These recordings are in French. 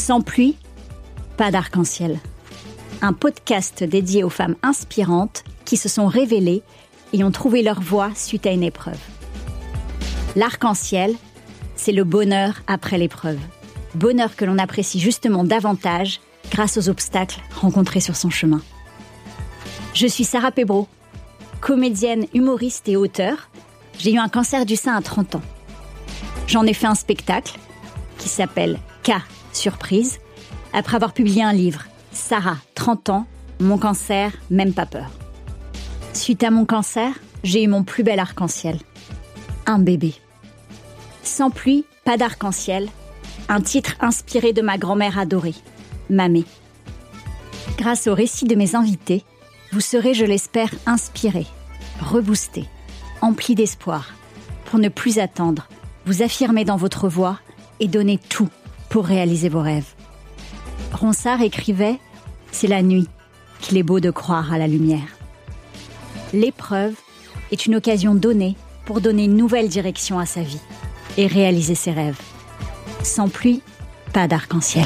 Sans pluie, pas d'arc-en-ciel. Un podcast dédié aux femmes inspirantes qui se sont révélées et ont trouvé leur voie suite à une épreuve. L'arc-en-ciel, c'est le bonheur après l'épreuve. Bonheur que l'on apprécie justement davantage grâce aux obstacles rencontrés sur son chemin. Je suis Sarah Pebro, comédienne, humoriste et auteure. J'ai eu un cancer du sein à 30 ans. J'en ai fait un spectacle qui s'appelle K Surprise, après avoir publié un livre, Sarah, 30 ans, mon cancer, même pas peur. Suite à mon cancer, j'ai eu mon plus bel arc-en-ciel. Un bébé. Sans pluie, pas d'arc-en-ciel. Un titre inspiré de ma grand-mère adorée, Mamé. Grâce au récit de mes invités, vous serez, je l'espère, inspirés, reboostés, emplis d'espoir, pour ne plus attendre, vous affirmer dans votre voie et donner tout pour réaliser vos rêves. Ronsard écrivait « C'est la nuit qu'il est beau de croire à la lumière ». L'épreuve est une occasion donnée pour donner une nouvelle direction à sa vie et réaliser ses rêves. Sans pluie, pas d'arc-en-ciel.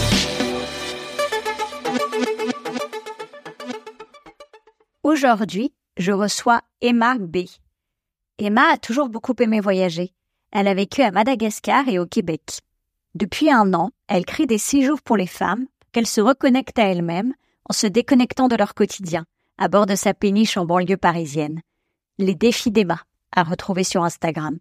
Aujourd'hui, je reçois Emma B. Emma a toujours beaucoup aimé voyager. Elle a vécu à Madagascar et au Québec. Depuis 1 an, elle crée des séjours pour les femmes, qu'elles se reconnectent à elles-mêmes en se déconnectant de leur quotidien, à bord de sa péniche en banlieue parisienne. Les défis d'Emma, à retrouver sur Instagram.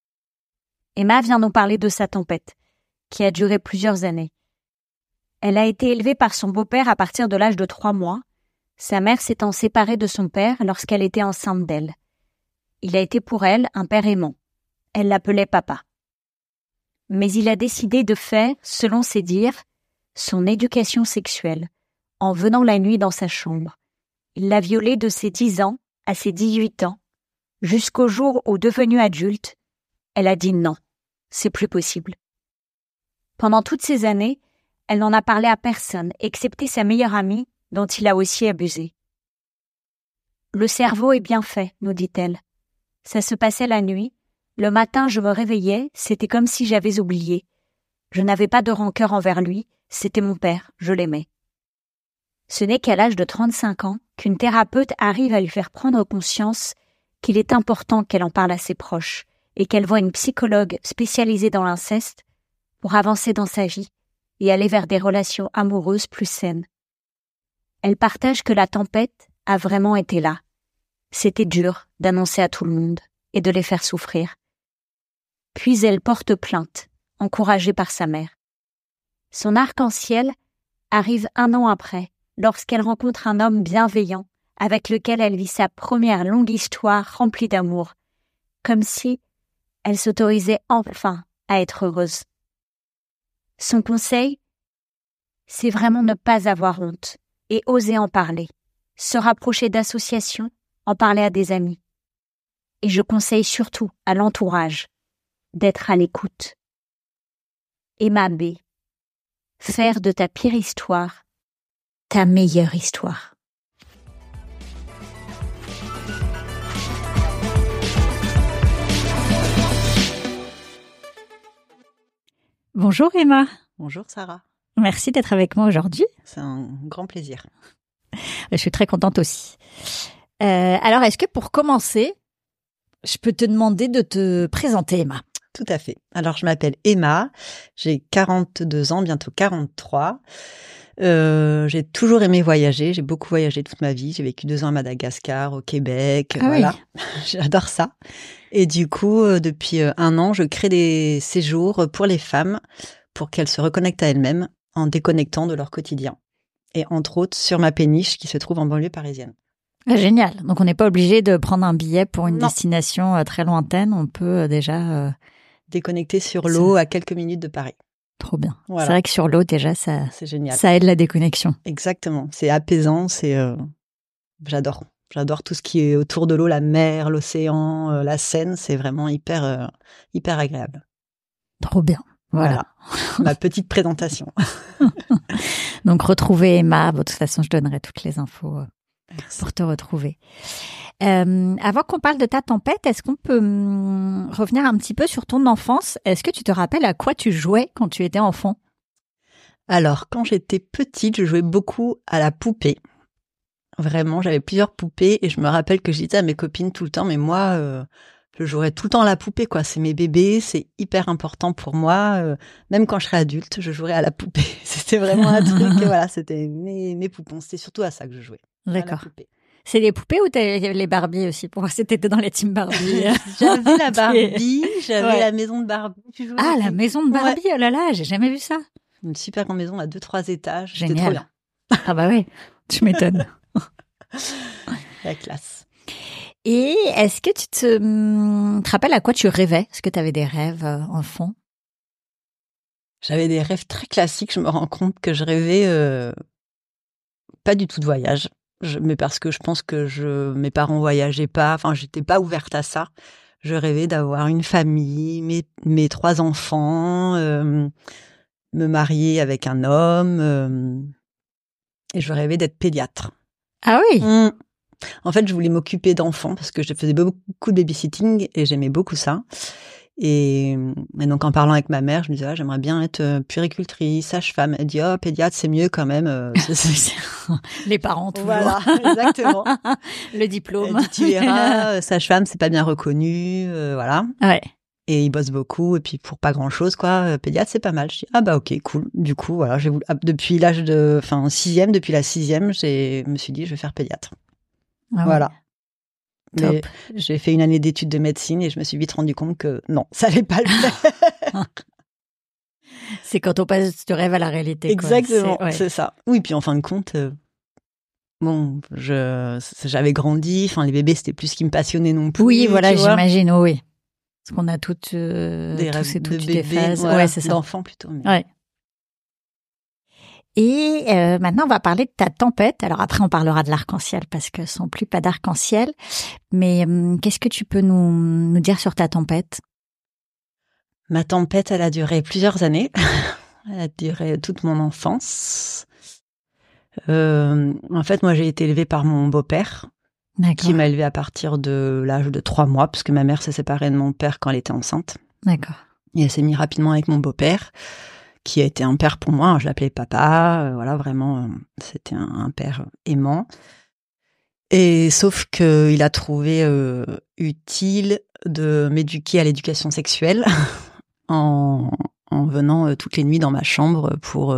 Emma vient nous parler de sa tempête, qui a duré plusieurs années. Elle a été élevée par son beau-père à partir de l'âge de 3 mois, sa mère s'étant séparée de son père lorsqu'elle était enceinte d'elle. Il a été pour elle un père aimant. Elle l'appelait papa. Mais il a décidé de faire, selon ses dires, son éducation sexuelle, en venant la nuit dans sa chambre. Il l'a violée de ses 10 ans à ses 18 ans, jusqu'au jour où, devenue adulte, elle a dit non, c'est plus possible. Pendant toutes ces années, elle n'en a parlé à personne, excepté sa meilleure amie, dont il a aussi abusé. Le cerveau est bien fait, nous dit-elle. Ça se passait la nuit. Le matin, je me réveillais, c'était comme si j'avais oublié. Je n'avais pas de rancœur envers lui, c'était mon père, je l'aimais. Ce n'est qu'à l'âge de 35 ans qu'une thérapeute arrive à lui faire prendre conscience qu'il est important qu'elle en parle à ses proches et qu'elle voie une psychologue spécialisée dans l'inceste pour avancer dans sa vie et aller vers des relations amoureuses plus saines. Elle partage que la tempête a vraiment été là. C'était dur d'annoncer à tout le monde et de les faire souffrir. Puis elle porte plainte, encouragée par sa mère. Son arc-en-ciel arrive 1 an après, lorsqu'elle rencontre un homme bienveillant avec lequel elle vit sa première longue histoire remplie d'amour, comme si elle s'autorisait enfin à être heureuse. Son conseil, c'est vraiment ne pas avoir honte et oser en parler, se rapprocher d'associations, en parler à des amis. Et je conseille surtout à l'entourage d'être à l'écoute. Emma B. Faire de ta pire histoire ta meilleure histoire. Bonjour Emma. Bonjour Sarah. Merci d'être avec moi aujourd'hui. C'est un grand plaisir. Je suis très contente aussi. Alors, est-ce que pour commencer, je peux te demander de te présenter, Emma ? Tout à fait. Alors, je m'appelle Emma, j'ai 42 ans, bientôt 43. J'ai toujours aimé voyager, j'ai beaucoup voyagé toute ma vie. J'ai vécu 2 ans à Madagascar, au Québec, voilà. Oui. J'adore ça. Et du coup, depuis 1 an, je crée des séjours pour les femmes pour qu'elles se reconnectent à elles-mêmes en déconnectant de leur quotidien. Et entre autres, sur ma péniche qui se trouve en banlieue parisienne. Génial. Donc, on n'est pas obligé de prendre un billet pour une destination très lointaine. On peut déjà... déconnecter sur l'eau à quelques minutes de Paris. Trop bien. Voilà. C'est vrai que sur l'eau, déjà, c'est génial. Ça aide la déconnexion. Exactement. C'est apaisant. J'adore. J'adore tout ce qui est autour de l'eau, la mer, l'océan, la Seine. C'est vraiment hyper agréable. Trop bien. Voilà. Ma petite présentation. Donc, retrouvez Emma. De toute façon, je donnerai toutes les infos pour te retrouver. Avant qu'on parle de ta tempête, est-ce qu'on peut revenir un petit peu sur ton enfance ? Est-ce que tu te rappelles à quoi tu jouais quand tu étais enfant ? Alors, quand j'étais petite, je jouais beaucoup à la poupée. Vraiment, j'avais plusieurs poupées et je me rappelle que je disais à mes copines tout le temps, mais moi, je jouerais tout le temps à la poupée, quoi. C'est mes bébés, c'est hyper important pour moi. Même quand je serai adulte, je jouerai à la poupée. C'était vraiment un truc, voilà, c'était mes poupons. C'était surtout à ça que je jouais. D'accord. C'est les poupées ou il y avait les Barbie aussi? Pour moi, c'était dans les teams Barbie. J'avais la Barbie, j'avais la maison de Barbie. Ah, la maison de Barbie, oh là là, j'ai jamais vu ça. Une super grande maison à 2-3 étages. Génial. C'était trop bien. Ah bah ouais, tu m'étonnes. La classe. Et est-ce que tu te rappelles à quoi tu rêvais? Est-ce que tu avais des rêves enfant? J'avais des rêves très classiques. Je me rends compte que je rêvais pas du tout de voyage. Mais parce que je pense que mes parents voyageaient pas. Enfin, j'étais pas ouverte à ça. Je rêvais d'avoir une famille, mes 3 enfants, me marier avec un homme. Et je rêvais d'être pédiatre. Ah oui. En fait, je voulais m'occuper d'enfants parce que je faisais beaucoup de babysitting et j'aimais beaucoup ça. Et donc, en parlant avec ma mère, je me disais, j'aimerais bien être puéricultrice, sage-femme. Elle dit, pédiatre, c'est mieux quand même. Les parents, toujours. Voilà, exactement. Le diplôme. Elle dit, tu verras, sage-femme, c'est pas bien reconnu, voilà. Ouais. Et ils bossent beaucoup, et puis pour pas grand-chose, quoi. Pédiatre, c'est pas mal. Je dis, ah bah ok, cool. Du coup, voilà, depuis la 6e, je me suis dit, je vais faire pédiatre. Ah voilà. Ouais. Mais j'ai fait une année d'études de médecine et je me suis vite rendu compte que non, ça allait pas le faire. C'est quand on passe du rêve à la réalité. Exactement, c'est ça. Oui, puis en fin de compte, j'avais grandi. Enfin, les bébés, c'était plus ce qui me passionnait non plus. Oui, voilà, j'imagine, oui. Parce qu'on a toutes des rêves toutes de des bébés, phases. voilà, Ouais, c'est ça. D'enfants plutôt. Mais... Ouais. Et maintenant, on va parler de ta tempête. Alors après, on parlera de l'arc-en-ciel parce que ce sont plus pas d'arc-en-ciel. Mais qu'est-ce que tu peux nous dire sur ta tempête? Ma tempête, elle a duré plusieurs années. Elle a duré toute mon enfance. En fait, moi, j'ai été élevée par mon beau-père, qui m'a élevée à partir de l'âge de 3 mois, parce que ma mère s'est séparée de mon père quand elle était enceinte. D'accord. Et elle s'est mise rapidement avec mon beau-père, qui a été un père pour moi. Je l'appelais papa. Voilà, vraiment, c'était un père aimant. Et sauf qu'il a trouvé utile de m'éduquer à l'éducation sexuelle en venant toutes les nuits dans ma chambre pour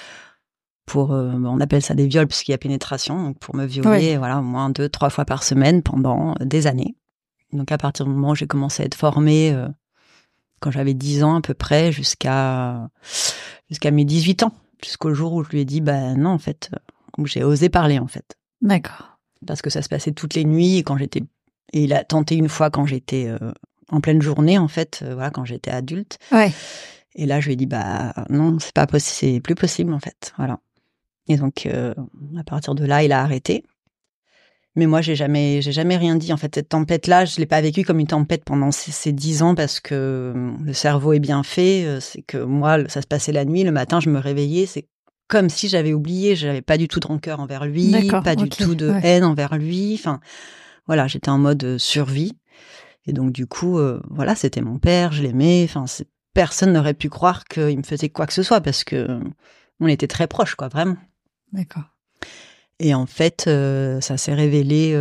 on appelle ça des viols parce qu'il y a pénétration, donc pour me violer, voilà, au moins 2-3 fois par semaine pendant des années. Donc à partir du moment où j'ai commencé à être formée, quand j'avais 10 ans à peu près, jusqu'à mes 18 ans, jusqu'au jour où je lui ai dit, non, en fait, où j'ai osé parler, en fait. D'accord. Parce que ça se passait toutes les nuits, et il a tenté une fois quand j'étais en pleine journée, en fait, voilà, quand j'étais adulte. Ouais. Et là, je lui ai dit, non, c'est pas possible, c'est plus possible, en fait, voilà. Et donc, à partir de là, il a arrêté. Mais moi, j'ai jamais rien dit. En fait, cette tempête-là, je l'ai pas vécue comme une tempête pendant ces 10 ans parce que le cerveau est bien fait. C'est que moi, ça se passait la nuit. Le matin, je me réveillais. C'est comme si j'avais oublié. J'avais pas du tout de rancœur envers lui, pas du tout de haine envers lui. Enfin, voilà, j'étais en mode survie. Et donc, du coup, voilà, c'était mon père, je l'aimais. Enfin, personne n'aurait pu croire qu'il me faisait quoi que ce soit parce que on était très proches, quoi, vraiment. D'accord. Et en fait, ça s'est révélé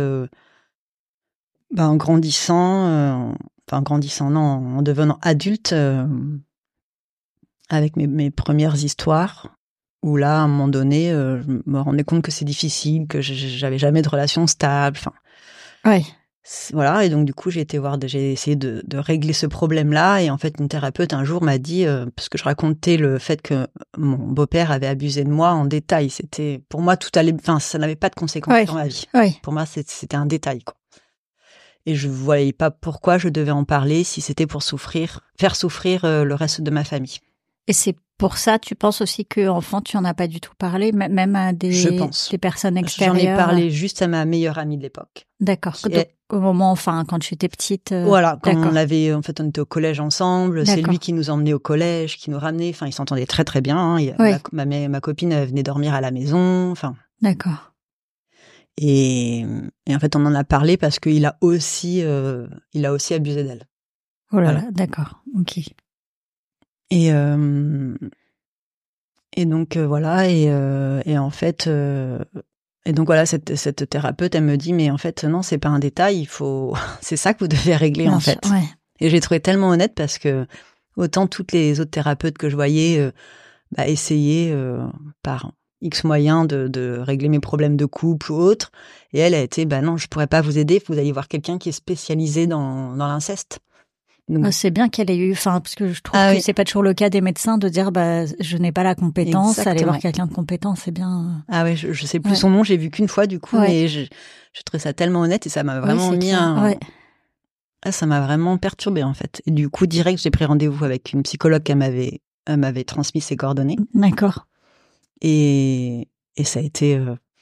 en grandissant, en devenant adulte, avec mes premières histoires, où là, à un moment donné, je me rendais compte que c'est difficile, que j'avais jamais de relation stable. Enfin, ouais. Voilà, et donc du coup, j'ai essayé de régler ce problème-là, et en fait, une thérapeute un jour m'a dit, parce que je racontais le fait que mon beau-père avait abusé de moi en détail, c'était, pour moi, ça n'avait pas de conséquences dans ma vie. Ouais. Pour moi, c'était un détail, quoi. Et je voyais pas pourquoi je devais en parler si c'était pour faire souffrir le reste de ma famille. Et c'est pour ça, tu penses aussi qu'enfant, tu en as pas du tout parlé, même à des personnes extérieures? J'en ai parlé juste à ma meilleure amie de l'époque. D'accord. Au moment, quand tu étais petite. Voilà, quand on était au collège ensemble. D'accord. C'est lui qui nous emmenait au collège, qui nous ramenait. Enfin, ils s'entendaient très très bien. Hein. Ma copine venait dormir à la maison. Enfin. D'accord. Et en fait, on en a parlé parce qu'il a aussi abusé d'elle. Oh là là, d'accord. Ok. Et Et donc voilà, et en fait, et donc voilà, cette thérapeute, elle me dit, mais en fait non, c'est pas un détail, c'est ça que vous devez régler en fait. Ouais. Et j'ai trouvé tellement honnête parce que autant toutes les autres thérapeutes que je voyais essayaient par X moyens de régler mes problèmes de couple ou autre, et elle a été, non, je pourrais pas vous aider, vous allez voir quelqu'un qui est spécialisé dans l'inceste. Donc, c'est bien qu'elle ait eu, parce que je trouve que c'est pas toujours le cas des médecins de dire, je n'ai pas la compétence, aller voir quelqu'un de compétent, c'est bien. Ah ouais, je sais plus son nom, j'ai vu qu'une fois du coup, mais je trouvais ça tellement honnête et ça m'a vraiment mis ça m'a vraiment perturbée en fait. Et du coup, direct, j'ai pris rendez-vous avec une psychologue qui m'avait transmis ses coordonnées. D'accord. Et ça a été,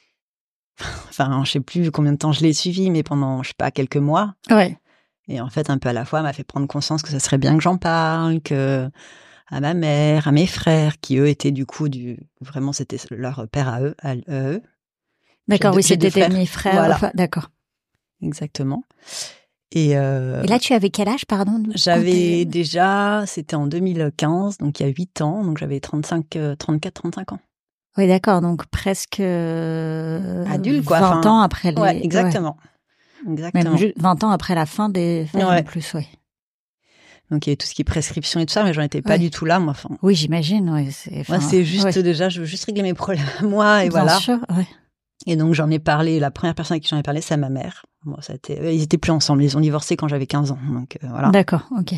je sais plus combien de temps je l'ai suivi, mais pendant, je sais pas, quelques mois. Ouais. Et en fait, un peu à la fois, elle m'a fait prendre conscience que ça serait bien que j'en parle, que à ma mère, à mes frères, qui eux étaient du coup vraiment c'était leur père à eux. D'accord, oui, c'était des demi-frères. Voilà. Enfin, d'accord. Exactement. Et là, tu avais quel âge, pardon? J'avais déjà, c'était en 2015, donc il y a 8 ans, donc j'avais 34-35 ans. Oui, d'accord, donc presque adulte, quoi. 20 ans après les... Ouais, exactement. Ouais. Exactement. Même 20 ans après la fin des faits en plus, oui. Donc il y avait tout ce qui est prescription et tout ça, mais j'en étais pas du tout là, moi. Oui, j'imagine. Ouais, c'est juste déjà, je veux juste régler mes problèmes à moi, et bien voilà. Sûr, ouais. Et donc j'en ai parlé, la première personne à qui j'en ai parlé, c'est ma mère. Bon, ils étaient plus ensemble, ils ont divorcé quand j'avais 15 ans, donc voilà. D'accord, ok.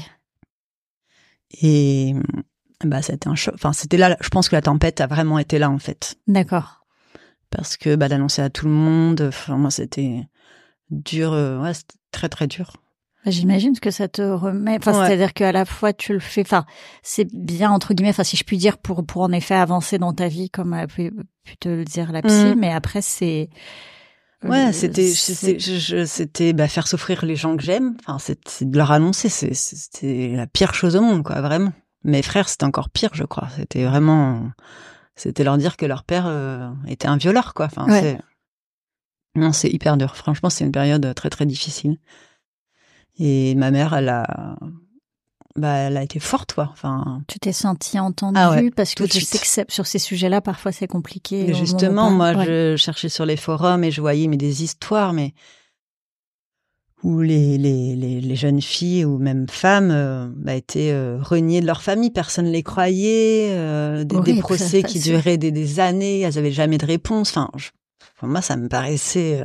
Et ça a été un choc. Enfin, c'était là, je pense que la tempête a vraiment été là, en fait. D'accord. Parce que d'annoncer à tout le monde, moi, c'était dur, c'était très, très dur. J'imagine que ça te remet, c'est-à-dire qu'à la fois tu le fais, c'est bien entre guillemets, si je puis dire, pour en effet avancer dans ta vie, comme a pu te le dire la psy, mais après c'est... Ouais, c'était faire souffrir les gens que j'aime. Enfin, c'est de leur annoncer, c'était la pire chose au monde, quoi, vraiment. Mes frères, c'était encore pire, je crois. C'était leur dire que leur père était un violeur, quoi. Enfin, non, c'est hyper dur. Franchement, c'est une période très très difficile. Et ma mère, elle a été forte, quoi. Enfin, tu t'es sentie entendue parce que je sais que sur ces sujets-là, parfois c'est compliqué. Mais justement, moi, je cherchais sur les forums et je voyais des histoires, où les jeunes filles ou même femmes étaient reniées de leur famille, personne les croyait, des procès qui duraient des années, elles avaient jamais de réponse. Enfin, pour moi, ça me paraissait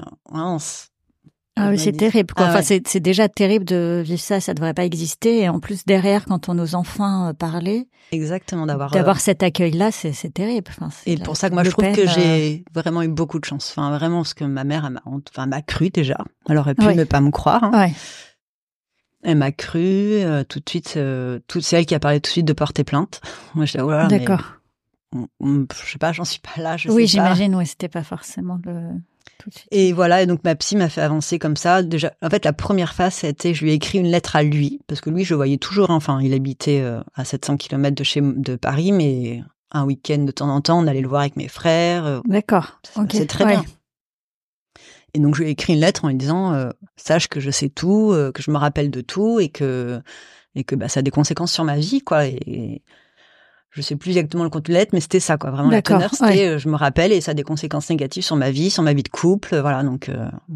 Ah oui, c'est terrible, quoi. C'est déjà terrible de vivre ça, ça devrait pas exister. Et en plus, derrière, quand on ose enfin parler. Exactement, d'avoir cet accueil-là, c'est terrible. Et pour ça que moi, je trouve que j'ai vraiment eu beaucoup de chance. Enfin, vraiment, parce que ma mère, m'a cru déjà. Elle aurait pu ne pas me croire. Hein. Ouais. Elle m'a cru, tout de suite, c'est elle qui a parlé tout de suite de porter plainte. Moi, je dis, oh là, d'accord. Je sais pas, j'en suis pas là, oui, j'imagine, oui, c'était pas forcément tout de suite. Et voilà, et donc ma psy m'a fait avancer comme ça. Déjà, en fait, la première phase, c'était, je lui ai écrit une lettre à lui, parce que lui, je le voyais toujours, enfin, il habitait à 700 km de Paris, mais un week-end de temps en temps, on allait le voir avec mes frères. D'accord, ok. C'est très bien. Et donc, je lui ai écrit une lettre en lui disant, sache que je sais tout, que je me rappelle de tout, et que ça a des conséquences sur ma vie, quoi, et je sais plus exactement le contenu de la lettre, mais c'était ça, quoi. Vraiment, la teneur, c'était, je me rappelle, et ça a des conséquences négatives sur ma vie de couple, voilà. Donc,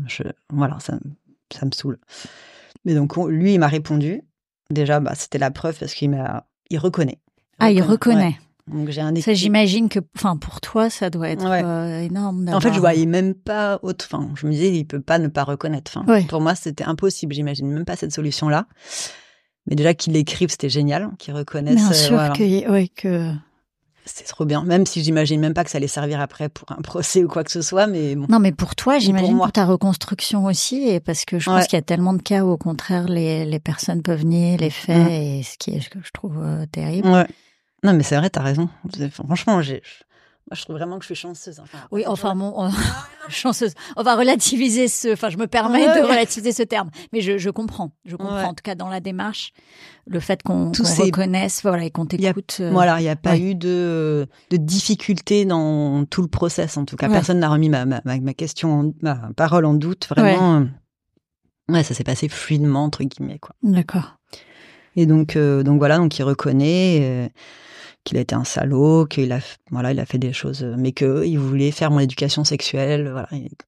ça me saoule. Mais donc, lui, il m'a répondu. Déjà, c'était la preuve parce il reconnaît. Il reconnaît. Ouais. Donc, j'ai un ça, j'imagine que, pour toi, ça doit être énorme. En fait, je voyais même pas autre. Enfin, je me disais, il peut pas ne pas reconnaître. Enfin, pour moi, c'était impossible. J'imagine même pas cette solution-là. Mais déjà qu'ils l'écrivent, c'était génial, qu'ils reconnaissent. Bien sûr que... C'est trop bien, même si j'imagine même pas que ça allait servir après pour un procès ou quoi que ce soit, mais bon. Non, mais pour toi, j'imagine pour ta reconstruction aussi, et parce que je pense qu'il y a tellement de cas où, au contraire, les personnes peuvent nier les faits, et ce que je trouve terrible. Ouais. Non, mais c'est vrai, t'as raison. Franchement, moi, je trouve vraiment que je suis chanceuse. Chanceuse. On va relativiser je me permets de relativiser ce terme. Mais je comprends. En tout cas, dans la démarche, le fait qu'on reconnaisse, et qu'on t'écoute. Il n'y a pas eu de difficulté dans tout le process, en tout cas. Personne n'a remis ma question, ma parole en doute. Vraiment, ça s'est passé fluidement, entre guillemets, quoi. D'accord. Et donc voilà, donc il reconnaît. qu'il a été un salaud, il a fait des choses, mais qu'il voulait faire mon éducation sexuelle, voilà.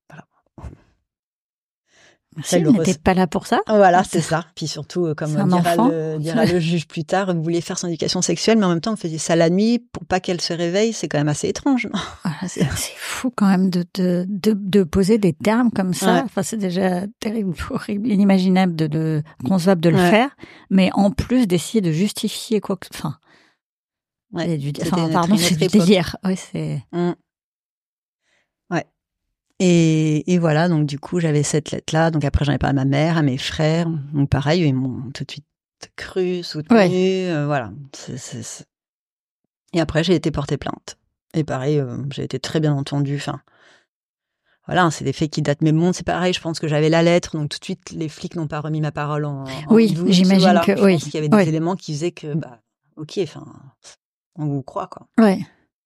Ça, il n'était pas là pour ça. Voilà, c'est ça. Puis surtout, comme dira le juge plus tard, il voulait faire son éducation sexuelle, mais en même temps, on faisait ça la nuit pour pas qu'elle se réveille. C'est quand même assez étrange, non? C'est fou quand même de poser des termes comme ça. Ouais. Enfin, c'est déjà terrible, horrible, inimaginable, concevable de le faire, mais en plus d'essayer de justifier quoi que, enfin, ouais, c'est du délire. Ouais, c'est. Ouais. Et voilà, donc du coup, j'avais cette lettre-là. Donc après, j'en ai parlé à ma mère, à mes frères. Donc pareil, ils m'ont tout de suite cru, soutenu. Ouais. Voilà. Et après, j'ai été porter plainte. Et pareil, j'ai été très bien entendue. Enfin, voilà, c'est des faits qui datent. Mais bon, c'est pareil, je pense que j'avais la lettre. Donc tout de suite, les flics n'ont pas remis ma parole en doute. J'imagine voilà, que je pense qu'il y avait des éléments qui faisaient que, ok, enfin, on vous croit, quoi. Ouais.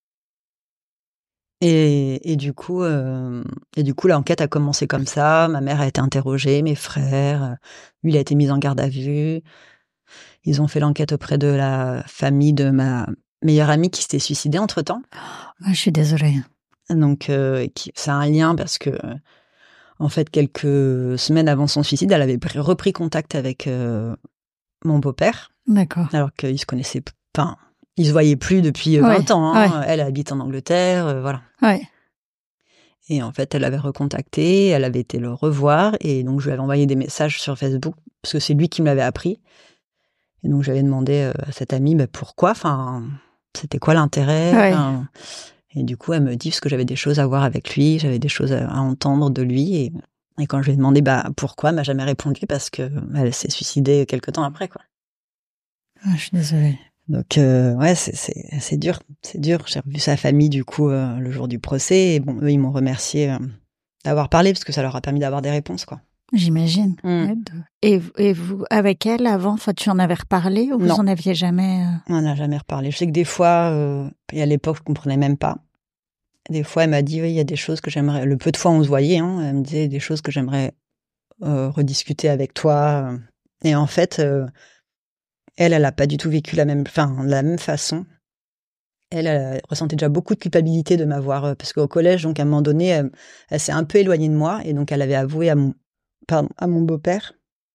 Et du coup, l'enquête a commencé comme ça. Ma mère a été interrogée, mes frères. Lui, il a été mis en garde à vue. Ils ont fait l'enquête auprès de la famille de ma meilleure amie qui s'était suicidée entre-temps. Je suis désolée. Donc, ça a un lien parce que, en fait, quelques semaines avant son suicide, elle avait repris contact avec mon beau-père. D'accord. Alors qu'ils se connaissaient pas. Ils se voyaient plus depuis 20 ans. Hein. Ouais. Elle habite en Angleterre, voilà. Ouais. Et en fait, elle avait recontacté, elle avait été le revoir, et donc je lui avais envoyé des messages sur Facebook, parce que c'est lui qui me l'avait appris. Et donc j'avais demandé à cette amie pourquoi, enfin, c'était quoi l'intérêt. Ouais. Et du coup, elle me dit, parce que j'avais des choses à voir avec lui, j'avais des choses à entendre de lui, et quand je lui ai demandé pourquoi, elle m'a jamais répondu, parce que elle s'est suicidée quelque temps après, quoi. Je suis désolée. Donc ouais, c'est dur, c'est dur. J'ai revu sa famille du coup le jour du procès, et bon, eux ils m'ont remercié d'avoir parlé parce que ça leur a permis d'avoir des réponses, quoi. J'imagine. Et vous, avec elle avant, tu en avais reparlé ou vous en aviez jamais On n'a jamais reparlé. Je sais que des fois, et à l'époque je comprenais même pas. Des fois elle m'a dit oui, il y a des choses que j'aimerais. Le peu de fois où on se voyait, hein, elle me disait des choses que j'aimerais rediscuter avec toi. Et en fait. Elle a pas du tout vécu de la même façon. Elle ressentait déjà beaucoup de culpabilité de m'avoir, parce qu'au collège, donc à un moment donné, elle s'est un peu éloignée de moi, et donc elle avait avoué à mon beau-père.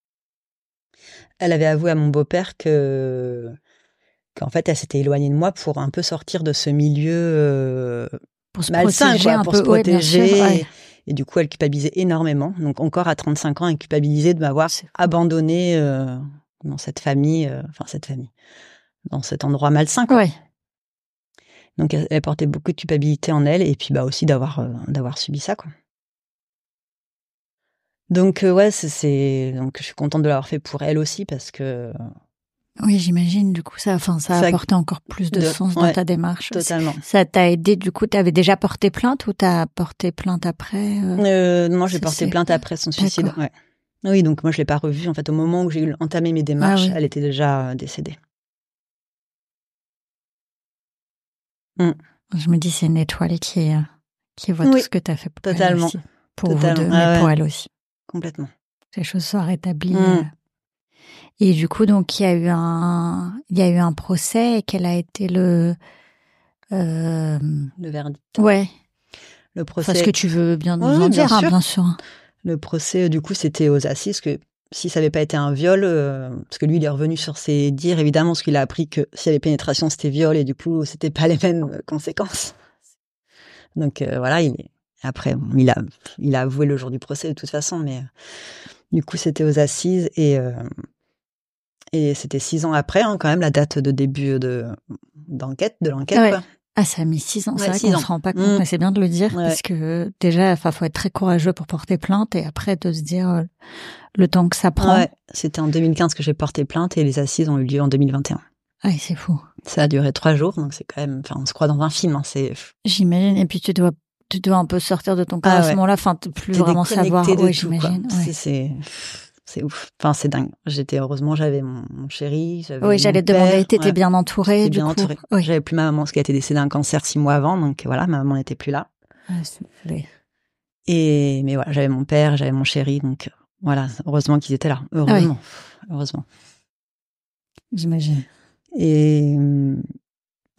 Elle avait avoué à mon beau-père qu'en fait, elle s'était éloignée de moi pour un peu sortir de ce milieu pour se malsain, protéger quoi, un pour peu, se protéger. Bien sûr, ouais. Et du coup, elle culpabilisait énormément. Donc encore à 35 ans, elle culpabilisait de m'avoir abandonnée dans cette famille, dans cet endroit malsain, quoi. Ouais. Donc elle portait beaucoup de culpabilité en elle, et puis aussi d'avoir subi ça, quoi. Donc ouais, donc je suis contente de l'avoir fait pour elle aussi, parce que oui, j'imagine, du coup ça a apporté encore plus de sens dans ta démarche. Totalement. Ça t'a aidé, du coup, t'avais déjà porté plainte ou t'as porté plainte après Non, j'ai porté plainte après son suicide. Ouais. Oui, donc moi je l'ai pas revue. En fait, au moment où j'ai entamé mes démarches, elle était déjà décédée. Je me dis, c'est une étoile qui voit tout ce que t'as fait pour elle aussi. Pour vous deux, mais pour elle aussi. Complètement. Que les choses soient rétablies. Et du coup, donc, il y a eu un procès, et quel a été le verdict. Ouais. Le procès. Parce que tu veux bien nous en dire, bien sûr. Le procès, du coup, c'était aux assises, que si ça n'avait pas été un viol, parce que lui, il est revenu sur ses dires, évidemment, parce qu'il a appris que s'il y avait pénétration, c'était viol, et du coup, c'était pas les mêmes conséquences. Donc voilà, après, il a avoué le jour du procès de toute façon, mais du coup, c'était aux assises, et c'était 6 ans après, hein, quand même, la date de début de l'enquête, quoi. Ah, ça a mis 6 ans. C'est vrai qu'on se rend pas compte, mais c'est bien de le dire, parce que déjà, faut être très courageux pour porter plainte, et après de se dire le temps que ça prend. Ouais, c'était en 2015 que j'ai porté plainte, et les assises ont eu lieu en 2021. Ah, c'est fou. Ça a duré 3 jours, donc c'est quand même, on se croit dans un film, hein, c'est. J'imagine, et puis tu dois un peu sortir de ton corps à ce moment-là, plus vraiment savoir. Ouais, j'imagine. C'est ouf. Enfin, c'est dingue. Heureusement, j'avais mon chéri. Oui, j'allais te demander, t'étais bien entourée, du coup. Entourée. Oui. J'avais plus ma maman, parce qu'elle était décédée d'un cancer 6 mois avant, donc voilà, ma maman n'était plus là. Mais voilà, j'avais mon père, j'avais mon chéri, donc voilà, heureusement qu'ils étaient là. Heureusement. J'imagine. Et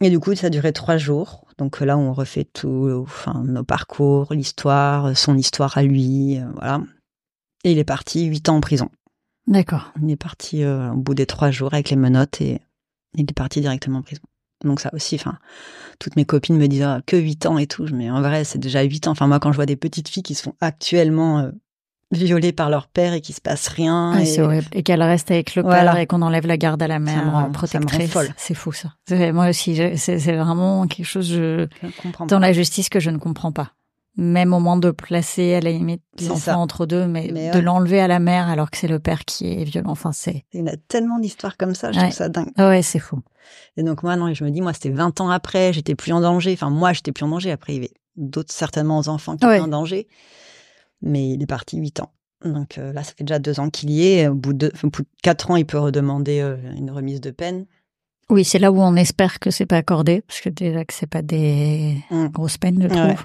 Et du coup, ça a duré 3 jours. Donc là, on refait tout, nos parcours, l'histoire, son histoire à lui, voilà. Et il est parti 8 ans en prison. D'accord. Il est parti au bout des 3 jours avec les menottes et il est parti directement en prison. Donc ça aussi, toutes mes copines me disent que 8 ans et tout. Mais en vrai, c'est déjà 8 ans. Enfin, moi, quand je vois des petites filles qui se font actuellement violées par leur père et qui se passe rien. Ouais, c'est horrible. Et qu'elles restent avec le père et qu'on enlève la garde à la mère protectrice. Ça me rend folle. C'est fou, ça. Moi aussi, c'est vraiment quelque chose je comprends dans pas. la justice que je ne comprends pas. Même au moment de placer à la limite l'enfant entre deux, mais de l'enlever à la mère alors que c'est le père qui est violent. Enfin, il y en a tellement d'histoires comme ça, je trouve ça dingue. Ouais, c'est fou. Et donc moi, non, je me dis, c'était 20 ans après, j'étais plus en danger. Enfin, moi, j'étais plus en danger. Après, il y avait d'autres, certainement, enfants qui étaient en danger. Mais il est parti 8 ans. Donc là, ça fait déjà 2 ans qu'il y est. Au bout de 4 ans, il peut redemander une remise de peine. Oui, c'est là où on espère que c'est pas accordé, parce que déjà que c'est pas des grosses peines, je trouve.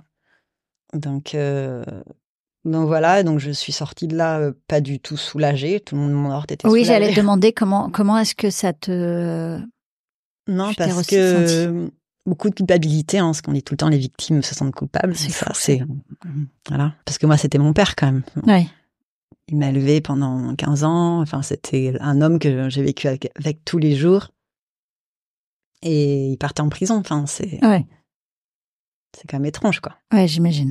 Ouais. Donc voilà, donc je suis sortie de là pas du tout soulagée. Tout le monde mon ordre était soulagé. Oui, j'allais te demander comment est-ce que ça te... Non, parce que beaucoup de culpabilité, ce qu'on dit tout le temps, les victimes se sentent coupables. Voilà. Parce que moi, c'était mon père quand même. Ouais. Il m'a élevée pendant 15 ans. Enfin, c'était un homme que j'ai vécu avec tous les jours. Et il partait en prison. Enfin, c'est quand même étrange, quoi. Ouais, j'imagine.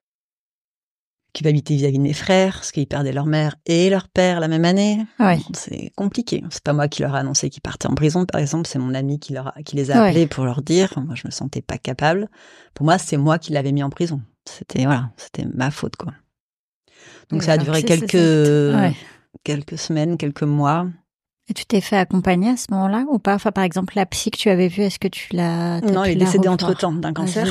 Culpabilité vis-à-vis de mes frères, parce qu'ils perdaient leur mère et leur père la même année. Ouais. C'est compliqué. C'est pas moi qui leur ai annoncé qu'ils partaient en prison, par exemple. C'est mon ami qui les a appelés pour leur dire. Moi, je me sentais pas capable. Pour moi, c'est moi qui l'avais mis en prison. C'était ma faute, quoi. Donc ça a duré quelques semaines, quelques mois. Et tu t'es fait accompagner à ce moment-là ou pas? Enfin, par exemple, la psy que tu avais vue, est-ce que tu l'as... Non, il est décédé entre-temps d'un cancer.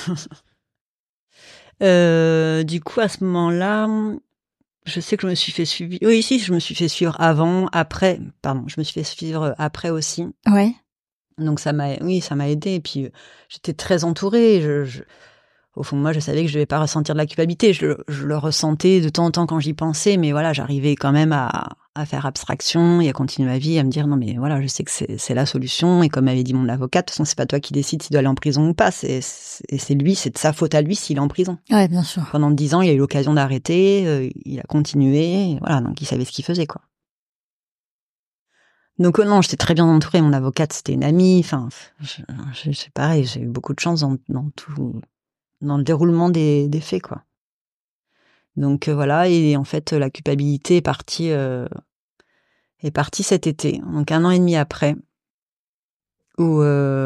Du coup, à ce moment-là, je sais que je me suis fait suivre. Oui, si, je me suis fait suivre après. Pardon, je me suis fait suivre après aussi. Ouais. Donc ça m'a aidé. Et puis j'étais très entourée. Au fond de moi, je savais que je ne devais pas ressentir de la culpabilité. Je le ressentais de temps en temps quand j'y pensais, mais voilà, j'arrivais quand même à faire abstraction et à continuer ma vie, à me dire non, mais voilà, je sais que c'est la solution. Et comme avait dit mon avocate, de toute façon, c'est pas toi qui décides s'il doit aller en prison ou pas. C'est lui, c'est de sa faute à lui s'il est en prison. Ouais, bien sûr. Pendant 10 ans, il a eu l'occasion d'arrêter, il a continué, et voilà, donc il savait ce qu'il faisait, quoi. Donc non, j'étais très bien entourée. Mon avocate, c'était une amie. Enfin, c'est pareil, j'ai eu beaucoup de chance dans le déroulement des faits, quoi. Donc voilà, et en fait, la culpabilité est partie cet été, donc 1 an et demi après, où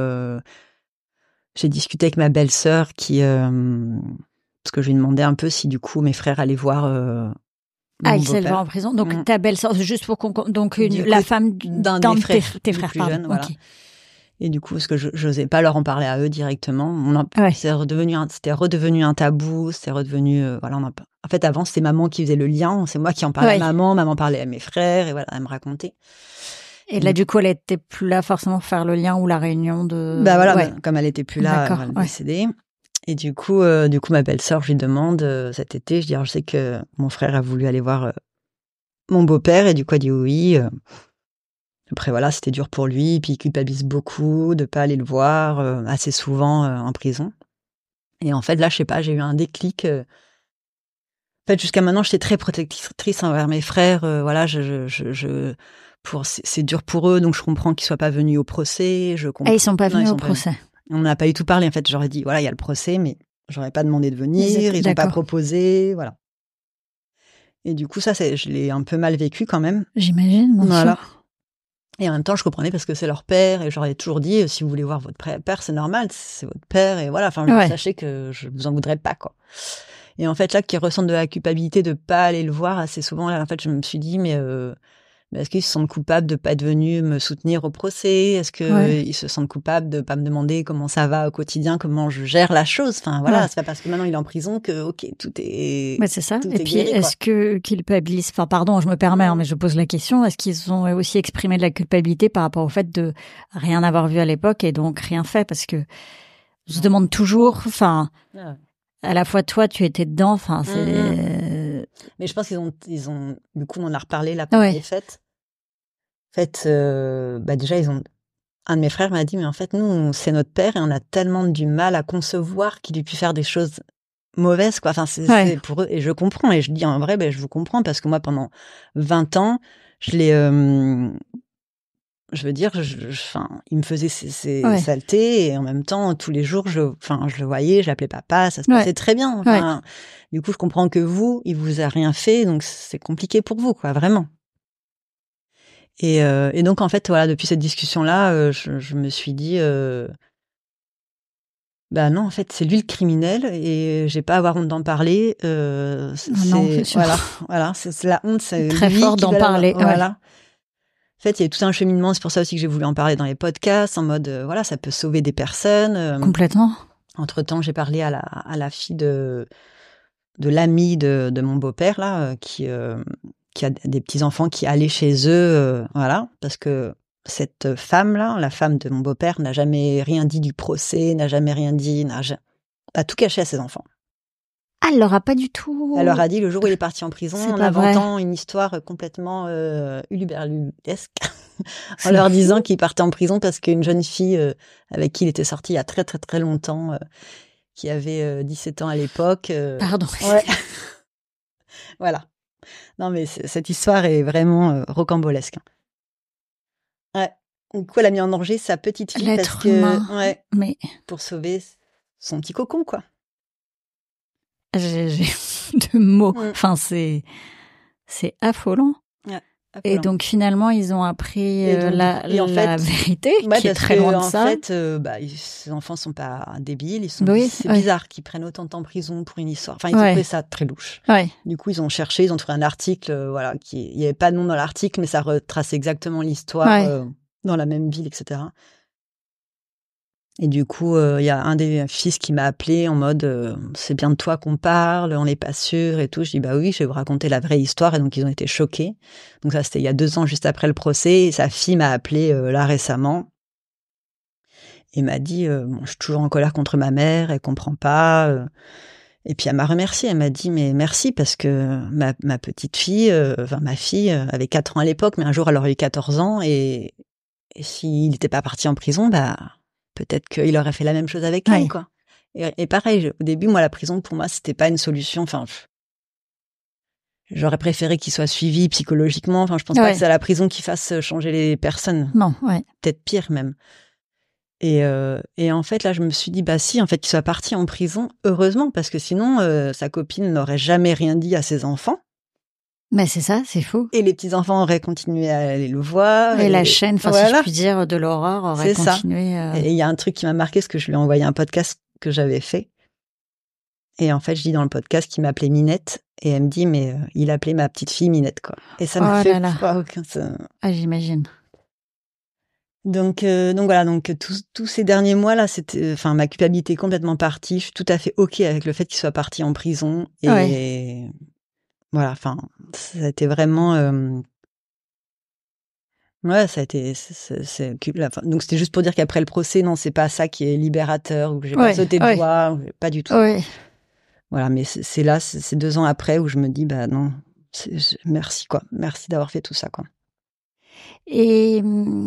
j'ai discuté avec ma belle-sœur parce que je lui demandais un peu si du coup mes frères allaient voir il s'est levé en prison. Donc ta belle-sœur, juste pour qu'on... Donc la femme d'un de tes frères, plus jeune, voilà. Okay. Et du coup, parce que je n'osais pas leur en parler à eux directement, c'était redevenu un tabou, c'était redevenu en fait, avant, c'était maman qui faisait le lien, c'est moi qui en parlais à maman parlait à mes frères, et voilà, elle me racontait. Et là, du coup, elle était plus là forcément pour faire le lien ou la réunion de... Comme elle était plus là, elle est décédée. Et du coup, ma belle-sœur, je lui demande cet été, je dis, alors, je sais que mon frère a voulu aller voir mon beau-père, et du coup, elle dit oui. Après, voilà, c'était dur pour lui, puis il culpabilise beaucoup de pas aller le voir assez souvent en prison. Et en fait, là, je sais pas, j'ai eu un déclic. En fait, jusqu'à maintenant, j'étais très protectrice envers mes frères. Voilà, c'est dur pour eux, donc je comprends qu'ils soient pas venus au procès. Ils sont pas venus au procès. On n'a pas du tout parlé. En fait, j'aurais dit, voilà, il y a le procès, mais j'aurais pas demandé de venir. Ils n'ont pas proposé, voilà. Et du coup, ça, je l'ai un peu mal vécu quand même. J'imagine, bien voilà. sûr. Et en même temps, je comprenais parce que c'est leur père, et j'aurais toujours dit, si vous voulez voir votre père, c'est normal, c'est votre père, et voilà, sachez que je vous en voudrais pas, quoi. Et en fait, là, qu'ils ressentent de la culpabilité de pas aller le voir assez souvent, là, en fait, je me suis dit, mais est-ce qu'ils se sentent coupables de pas être venus me soutenir au procès? Est-ce qu'ils se sentent coupables de pas me demander comment ça va au quotidien, comment je gère la chose? Enfin, voilà, c'est pas parce que maintenant il est en prison que, ok, tout est... Mais c'est ça. Et puis, est-ce que culpabilisent... Enfin, pardon, je me permets, mais je pose la question. Est-ce qu'ils ont aussi exprimé de la culpabilité par rapport au fait de rien avoir vu à l'époque et donc rien fait? Parce que je se demande toujours, à la fois toi, tu étais dedans, c'est... Mais je pense qu'ils ont, du coup, on en a reparlé là pendant les fêtes. En fait, déjà, ils ont un de mes frères m'a dit: «Mais en fait, nous, c'est notre père et on a tellement du mal à concevoir qu'il ait pu faire des choses mauvaises, quoi». Enfin, c'est pour eux et je comprends et je dis en vrai, je vous comprends parce que moi, pendant 20 ans, je l'ai, je veux dire, enfin, il me faisait ses saletés et en même temps, tous les jours, je le voyais, je l'appelais papa, ça se passait très bien. Enfin, du coup, je comprends que vous, il vous a rien fait, donc c'est compliqué pour vous, quoi, vraiment. Et donc, en fait, voilà, depuis cette discussion-là, je me suis dit, bah non, en fait, c'est lui le criminel et j'ai pas à avoir honte d'en parler. Non, c'est sûr. Voilà, c'est la honte, c'est très lui fort qui d'en doit parler. voilà. En fait, il y a tout un cheminement, c'est pour ça aussi que j'ai voulu en parler dans les podcasts, en mode, voilà, ça peut sauver des personnes. Complètement. Entre-temps, j'ai parlé à la fille de l'ami de mon beau-père, là, qui a des petits-enfants qui allaient chez eux, voilà, parce que cette femme-là, la femme de mon beau-père, n'a jamais rien dit du procès, n'a jamais rien dit, a tout caché à ses enfants. Ah, elle leur a pas du tout... Elle leur a dit le jour où il est parti en prison, en inventant une histoire complètement huluberlulesque, en leur disant qu'il partait en prison parce qu'une jeune fille avec qui il était sorti il y a très très très longtemps, qui avait 17 ans à l'époque... Pardon. Ouais. Voilà. Non mais cette histoire est vraiment rocambolesque. Ouais. Du coup, elle a mis en danger sa petite fille l'être humain. Mais... pour sauver son petit cocon, quoi. J'ai de mots. Enfin, c'est affolant. Ouais, affolant. Et donc, finalement, ils ont appris la vérité, qui est très loin de ça. En fait, ces enfants sont pas débiles. C'est bizarre qu'ils prennent autant de temps en prison pour une histoire. Enfin, ils ont trouvé ça très louche. Du coup, ils ont cherché, ils ont trouvé un article, il n'y avait pas de nom dans l'article, mais ça retrace exactement l'histoire dans la même ville, etc. Et du coup, il y a un des fils qui m'a appelé en mode c'est bien de toi qu'on parle, on n'est pas sûr et tout. Je dis bah oui, je vais vous raconter la vraie histoire. Et donc ils ont été choqués. Donc ça, c'était il y a 2 ans, juste après le procès. Et sa fille m'a appelé là récemment et m'a dit je suis toujours en colère contre ma mère, elle comprend pas. Et puis elle m'a remercié. Elle m'a dit mais merci parce que ma petite fille, ma fille avait 4 ans à l'époque, mais un jour elle aurait eu 14 ans et s'il n'était pas parti en prison, peut-être qu'il aurait fait la même chose avec elle, quoi. Et pareil, au début, moi, la prison, pour moi, c'était pas une solution. Enfin, j'aurais préféré qu'il soit suivi psychologiquement. Enfin, je pense pas que c'est à la prison qui fasse changer les personnes. Non, Peut-être pire, même. Et en fait, là, je me suis dit, si, en fait, qu'il soit parti en prison, heureusement, parce que sinon, sa copine n'aurait jamais rien dit à ses enfants. Mais c'est ça, c'est fou. Et les petits-enfants auraient continué à aller le voir. Et la chaîne, si je puis dire, de l'horreur aurait continué. Et il y a un truc qui m'a marqué, parce que je lui ai envoyé un podcast que j'avais fait. Et en fait, je dis dans le podcast qu'il m'appelait Minette. Et elle me dit, mais il appelait ma petite fille Minette, quoi. Et ça m'a fait... Ah, j'imagine. Donc voilà, tous ces derniers mois là, c'était, ma culpabilité est complètement partie. Je suis tout à fait ok avec le fait qu'il soit parti en prison. Et voilà, ça a été vraiment... Ouais, ça a été... donc c'était juste pour dire qu'après le procès, non, c'est pas ça qui est libérateur, ou que j'ai pas sauté de joie, pas du tout. Voilà, mais c'est là, c'est 2 ans après où je me dis, non, merci, quoi. Merci d'avoir fait tout ça, quoi. Et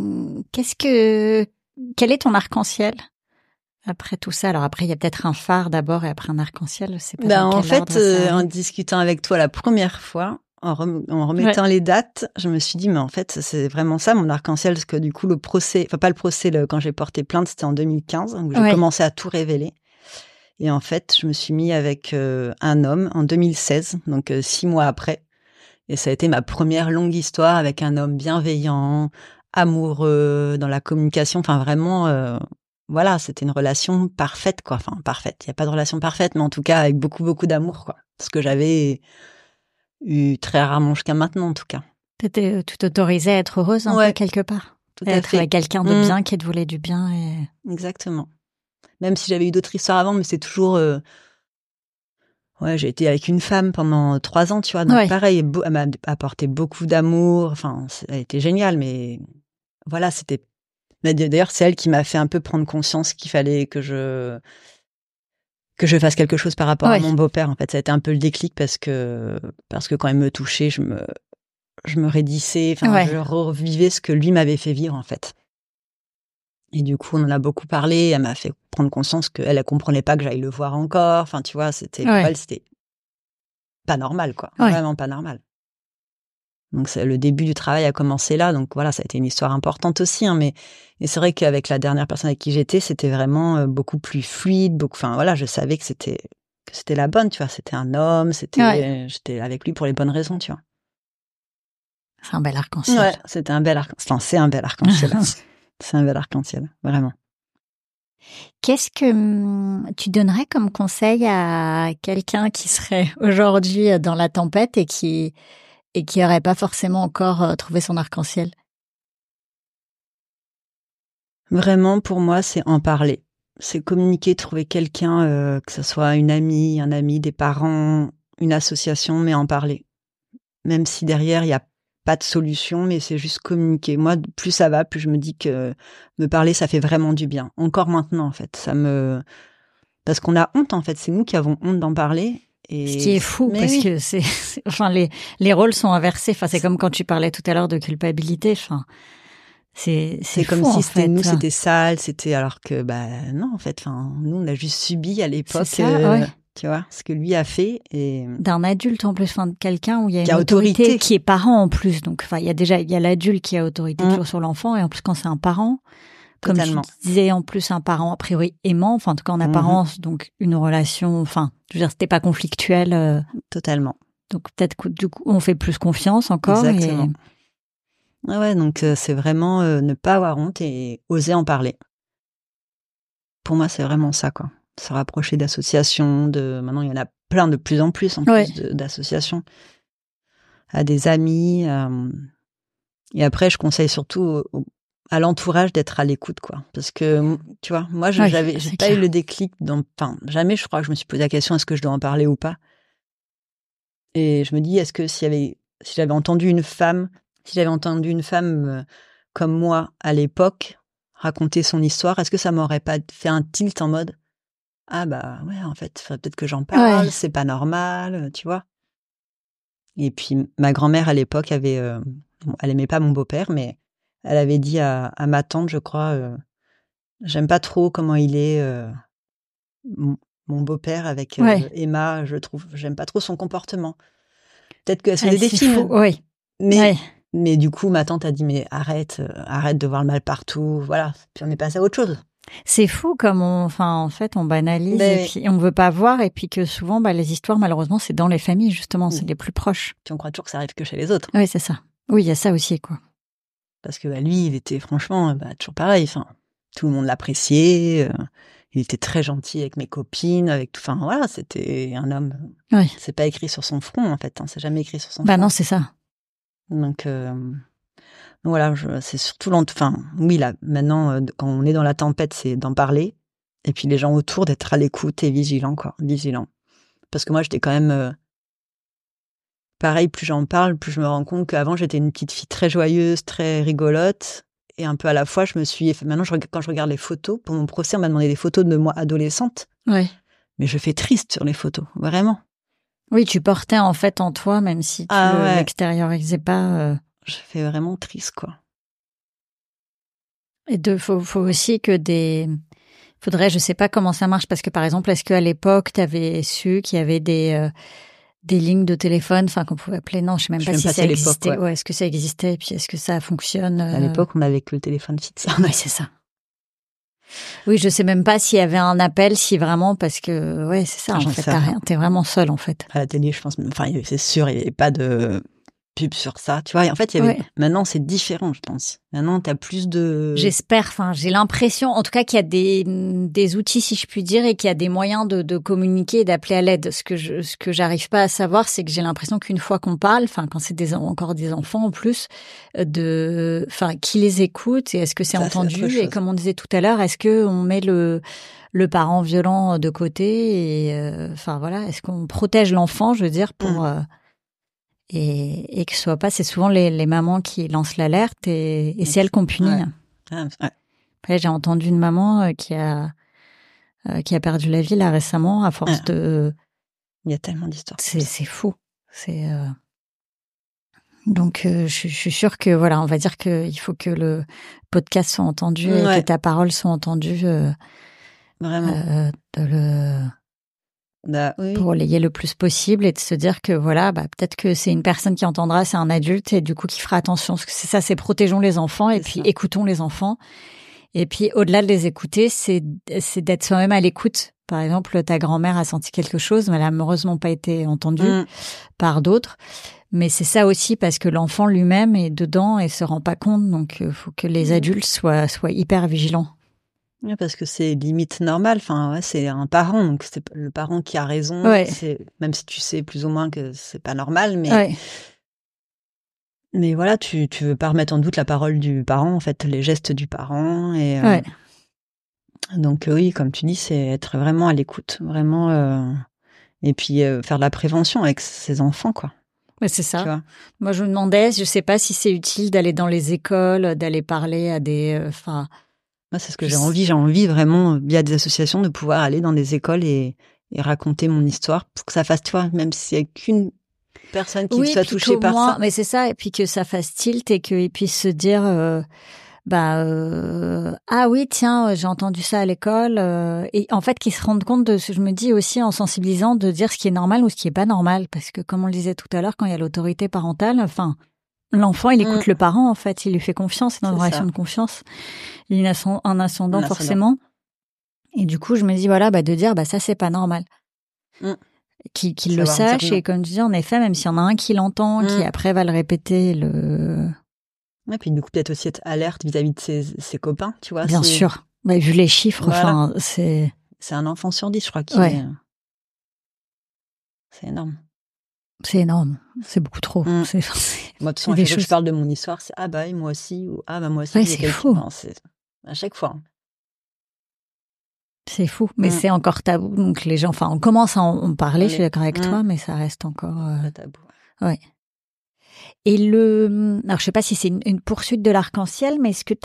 quel est ton arc-en-ciel après tout ça? Alors après, il y a peut-être un phare d'abord et après un arc-en-ciel. C'est pas en fait, en discutant avec toi la première fois, en remettant les dates, je me suis dit, mais en fait, c'est vraiment ça mon arc-en-ciel, parce que du coup, le procès, pas le procès, quand j'ai porté plainte, c'était en 2015, où j'ai commencé à tout révéler. Et en fait, je me suis mis avec un homme en 2016, donc 6 mois après. Et ça a été ma première longue histoire avec un homme bienveillant, amoureux, dans la communication. Enfin, vraiment, voilà, c'était une relation parfaite, quoi. Enfin, parfaite. Il n'y a pas de relation parfaite, mais en tout cas, avec beaucoup, beaucoup d'amour, quoi. Ce que j'avais eu très rarement jusqu'à maintenant, en tout cas. Tu t'autorisais à être heureuse un peu quelque part. Tout à fait. Avec quelqu'un de bien qui te voulait du bien. Exactement. Même si j'avais eu d'autres histoires avant, mais c'est toujours... j'ai été avec une femme pendant 3 ans, tu vois. Donc pareil, elle m'a apporté beaucoup d'amour. Enfin, elle était géniale, mais voilà, c'était... Mais d'ailleurs, c'est elle qui m'a fait un peu prendre conscience qu'il fallait que je fasse quelque chose par rapport à mon beau-père. En fait, ça a été un peu le déclic parce que quand il me touchait, je me raidissais. Enfin, je revivais ce que lui m'avait fait vivre, en fait. Et du coup, on en a beaucoup parlé. Elle m'a fait prendre conscience qu'elle, elle comprenait pas que j'aille le voir encore. Enfin, tu vois, pour elle, c'était pas normal, quoi. Ouais. Vraiment pas normal. Donc, le début du travail a commencé là. Donc, voilà, ça a été une histoire importante aussi. Hein, mais c'est vrai qu'avec la dernière personne avec qui j'étais, c'était vraiment beaucoup plus fluide. Enfin, voilà, je savais que c'était la bonne, tu vois. C'était un homme. J'étais avec lui pour les bonnes raisons, tu vois. C'est un bel arc-en-ciel. Ouais, c'était un bel arc-en-ciel. Enfin, c'est un bel arc-en-ciel. C'est un bel arc-en-ciel, vraiment. Qu'est-ce que tu donnerais comme conseil à quelqu'un qui serait aujourd'hui dans la tempête et qui aurait pas forcément encore trouvé son arc-en-ciel? Vraiment, pour moi, c'est en parler. C'est communiquer, trouver quelqu'un, que ce soit une amie, un ami, des parents, une association, mais en parler. Même si derrière, il n'y a pas de solution, mais c'est juste communiquer. Moi, plus ça va, plus je me dis que me parler, ça fait vraiment du bien. Encore maintenant, en fait. Parce qu'on a honte, en fait. C'est nous qui avons honte d'en parler. Et ce qui est fou, parce que enfin, les rôles sont inversés. Enfin, c'est comme quand tu parlais tout à l'heure de culpabilité. Enfin, c'est comme fou, si en c'était fait. Nous, c'était sale, alors que, non, en fait, nous, on a juste subi à l'époque, C'est ça, ouais. tu vois, ce que lui a fait. Et d'un adulte en plus, enfin, de quelqu'un où il y a qui une a autorité qui est parent en plus. Donc, enfin, il y a l'adulte qui a autorité toujours sur l'enfant, et en plus, quand c'est un parent, totalement. Comme tu disais, en plus, un parent a priori aimant, enfin, en tout cas en apparence, donc une relation, enfin, je veux dire, c'était pas conflictuel. Totalement. Donc, peut-être que du coup, on fait plus confiance encore. Exactement. Ouais, donc c'est vraiment ne pas avoir honte et oser en parler. Pour moi, c'est vraiment ça, quoi. Se rapprocher d'associations, maintenant, il y en a plein de plus en plus, plus d'associations. À des amis. Et après, je conseille surtout à l'entourage d'être à l'écoute, quoi. Parce que, tu vois, moi, j'ai pas eu le déclic jamais, je crois que je me suis posé la question, est-ce que je dois en parler ou pas? Et je me dis, est-ce que si j'avais entendu une femme comme moi à l'époque raconter son histoire, est-ce que ça m'aurait pas fait un tilt en mode, ah bah ouais, en fait, faudrait peut-être que j'en parle, c'est pas normal, tu vois? Et puis, ma grand-mère à l'époque elle aimait pas mon beau-père, mais elle avait dit à ma tante, je crois, j'aime pas trop comment il est, mon beau-père avec Emma, j'aime pas trop son comportement. Peut-être qu'elle se faisait des films. Mais du coup, ma tante a dit, mais arrête de voir le mal partout, voilà. Puis on est passé à autre chose. C'est fou comme en fait, on banalise et puis on veut pas voir, et puis que souvent, les histoires, malheureusement, c'est dans les familles, justement, c'est les plus proches. Puis on croit toujours que ça arrive que chez les autres. Oui, c'est ça. Oui, il y a ça aussi, quoi. Parce que lui, il était franchement, toujours pareil. Enfin, tout le monde l'appréciait. Il était très gentil avec mes copines, voilà, c'était un homme. Oui. C'est pas écrit sur son front, en fait. C'est jamais écrit sur son front. Non, c'est ça. Donc voilà, c'est surtout oui, là, maintenant, quand on est dans la tempête, c'est d'en parler. Et puis les gens autour, d'être à l'écoute et vigilant, quoi. Vigilant. Parce que moi, j'étais quand même... pareil, plus j'en parle, plus je me rends compte qu'avant, j'étais une petite fille très joyeuse, très rigolote. Et un peu à la fois, maintenant, quand je regarde les photos, pour mon procès, on m'a demandé des photos de moi adolescente. Ouais. Mais je fais triste sur les photos, vraiment. Oui, tu portais en fait en toi, même si tu l'extériorisais pas. Je fais vraiment triste, quoi. Et faut aussi que faudrait, je sais pas comment ça marche, parce que par exemple, est-ce qu'à l'époque, tu avais su qu'il y avait des lignes de téléphone, qu'on pouvait appeler? Non, je sais même pas si ça existait. Ouais, est-ce que ça existait? Et puis est-ce que ça fonctionne? À l'époque, on n'avait que le téléphone fixe. Oui, c'est ça. Oui, je sais même pas s'il y avait un appel, si vraiment, parce que c'est ça, en fait, t'as rien, t'es vraiment seule, en fait. À la télé, je pense, c'est sûr, il n'y avait pas de pub sur ça, tu vois. Et en fait, maintenant, c'est différent, je pense. Maintenant, t'as plus de... J'espère, j'ai l'impression, en tout cas, qu'il y a des outils, si je puis dire, et qu'il y a des moyens de communiquer et d'appeler à l'aide. Ce que j'arrive pas à savoir, c'est que j'ai l'impression qu'une fois qu'on parle, quand c'est encore des enfants en plus, qui les écoute, et est-ce que c'est entendu? Et comme on disait tout à l'heure, est-ce que on met le parent violent de côté, et voilà, est-ce qu'on protège l'enfant, je veux dire, pour et que ce soit pas, c'est souvent les mamans qui lancent l'alerte, et c'est elles qu'on punit. Après, j'ai entendu une maman qui a perdu la vie là récemment à force de... Il y a tellement d'histoires. C'est fou. Donc, je suis sûre que, voilà, on va dire qu'il faut que le podcast soit entendu et que ta parole soit entendue. Vraiment. Pour relayer le plus possible et de se dire que, voilà, peut-être que c'est une personne qui entendra, c'est un adulte et du coup qui fera attention. Parce que c'est ça, c'est protégeons les enfants et puis écoutons les enfants. Et puis, au-delà de les écouter, c'est d'être soi-même à l'écoute. Par exemple, ta grand-mère a senti quelque chose, mais elle a malheureusement pas été entendue par d'autres. Mais c'est ça aussi parce que l'enfant lui-même est dedans et se rend pas compte. Donc, il faut que les adultes soient hyper vigilants. Oui, parce que c'est limite normal. Enfin, c'est un parent, donc c'est le parent qui a raison. C'est, même si tu sais plus ou moins que c'est pas normal, mais voilà, tu veux pas remettre en doute la parole du parent, en fait, les gestes du parent. Et donc oui, comme tu dis, c'est être vraiment à l'écoute, vraiment, et puis faire de la prévention avec ses enfants, quoi. Ouais, c'est ça. Tu vois. Moi, je me demandais, je sais pas si c'est utile d'aller dans les écoles, d'aller parler à des, Moi, c'est ce que j'ai envie. J'ai envie vraiment, via des associations, de pouvoir aller dans des écoles et raconter mon histoire pour que ça fasse, tu vois, même s'il n'y a qu'une personne qui soit touchée par ça. Mais c'est ça, et puis que ça fasse tilt et qu'ils puissent se dire, ah oui, tiens, j'ai entendu ça à l'école. Et en fait, qu'ils se rendent compte de ce que je me dis aussi en sensibilisant, de dire ce qui est normal ou ce qui est pas normal. Parce que comme on le disait tout à l'heure, quand il y a l'autorité parentale, enfin, l'enfant, il écoute le parent, en fait. Il lui fait confiance, c'est dans une relation de confiance. Il a un ascendant forcément. Et du coup, je me dis, voilà, de dire, ça, c'est pas normal. Qu'il le sache. Et comme tu dis, en effet, même s'il y en a un qui l'entend, qui après va le répéter, et puis du coup, peut-être aussi être alerte vis-à-vis de ses copains, tu vois. Bien sûr. Vu les chiffres, enfin, c'est un enfant sur 10, je crois. C'est énorme. C'est énorme. C'est beaucoup trop. Moi, de toute façon, à chaque fois que je parle de mon histoire, c'est et moi aussi, ou moi aussi. C'est fou. Non, c'est à chaque fois. C'est fou, mais c'est encore tabou. Donc les gens, enfin, on commence à en parler. Je suis d'accord avec toi, mais ça reste encore tabou. Ouais. Et alors je sais pas si c'est une poursuite de l'arc-en-ciel, mais est-ce que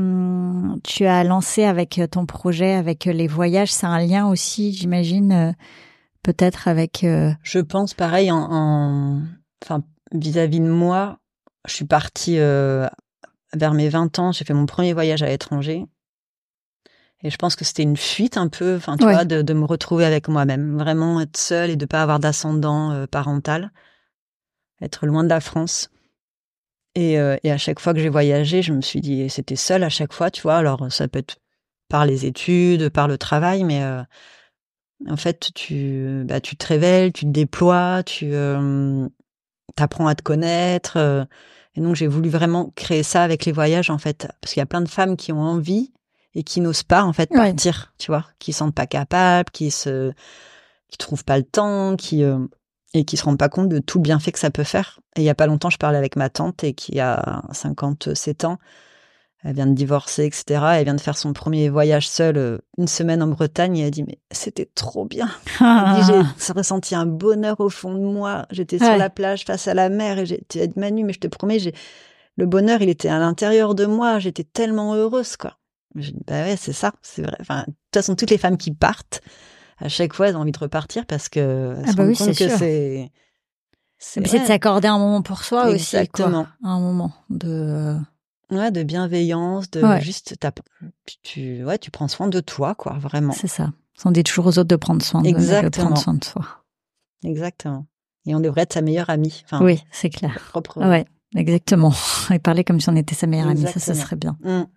tu as lancé avec ton projet, avec les voyages, c'est un lien aussi, j'imagine, peut-être avec. Je pense pareil enfin vis-à-vis de moi, je suis partie vers mes 20 ans, j'ai fait mon premier voyage à l'étranger. Et je pense que c'était une fuite un peu, enfin tu vois, de me retrouver avec moi-même, vraiment être seule et de pas avoir d'ascendant parental, être loin de la France. Et à chaque fois que j'ai voyagé, je me suis dit, et c'était seule à chaque fois, tu vois. Alors ça peut être par les études, par le travail, mais en fait tu te révèles, tu te déploies, tu t'apprends à te connaître. Et donc j'ai voulu vraiment créer ça avec les voyages, en fait, parce qu'il y a plein de femmes qui ont envie et qui n'osent pas, en fait, partir, tu vois, qui se sentent pas capables, qui trouvent pas le temps, et qui se rendent pas compte de tout le bienfait que ça peut faire. Et il y a pas longtemps, je parlais avec ma tante et qui a 57 ans. Elle vient de divorcer, etc. Elle vient de faire son premier voyage seule, une semaine en Bretagne, et elle a dit, mais c'était trop bien. J'ai ressenti un bonheur au fond de moi. J'étais sur la plage face à la mer et tu as dit, Manu, mais je te promets, le bonheur, il était à l'intérieur de moi. J'étais tellement heureuse, quoi. Je dis, c'est ça, c'est vrai. Enfin, de toute façon, toutes les femmes qui partent, à chaque fois, elles ont envie de repartir parce que elles se rendent compte que c'est de s'accorder un moment pour soi. Exactement. Aussi, quoi. Un moment de bienveillance, juste tu prends soin de toi, quoi, vraiment. C'est ça. On dit toujours aux autres de prendre soin de prendre soin de soi. Exactement. Et on devrait être sa meilleure amie. Enfin, oui, c'est clair. Propre. Ouais, exactement. Et parler comme si on était sa meilleure amie, ça serait bien.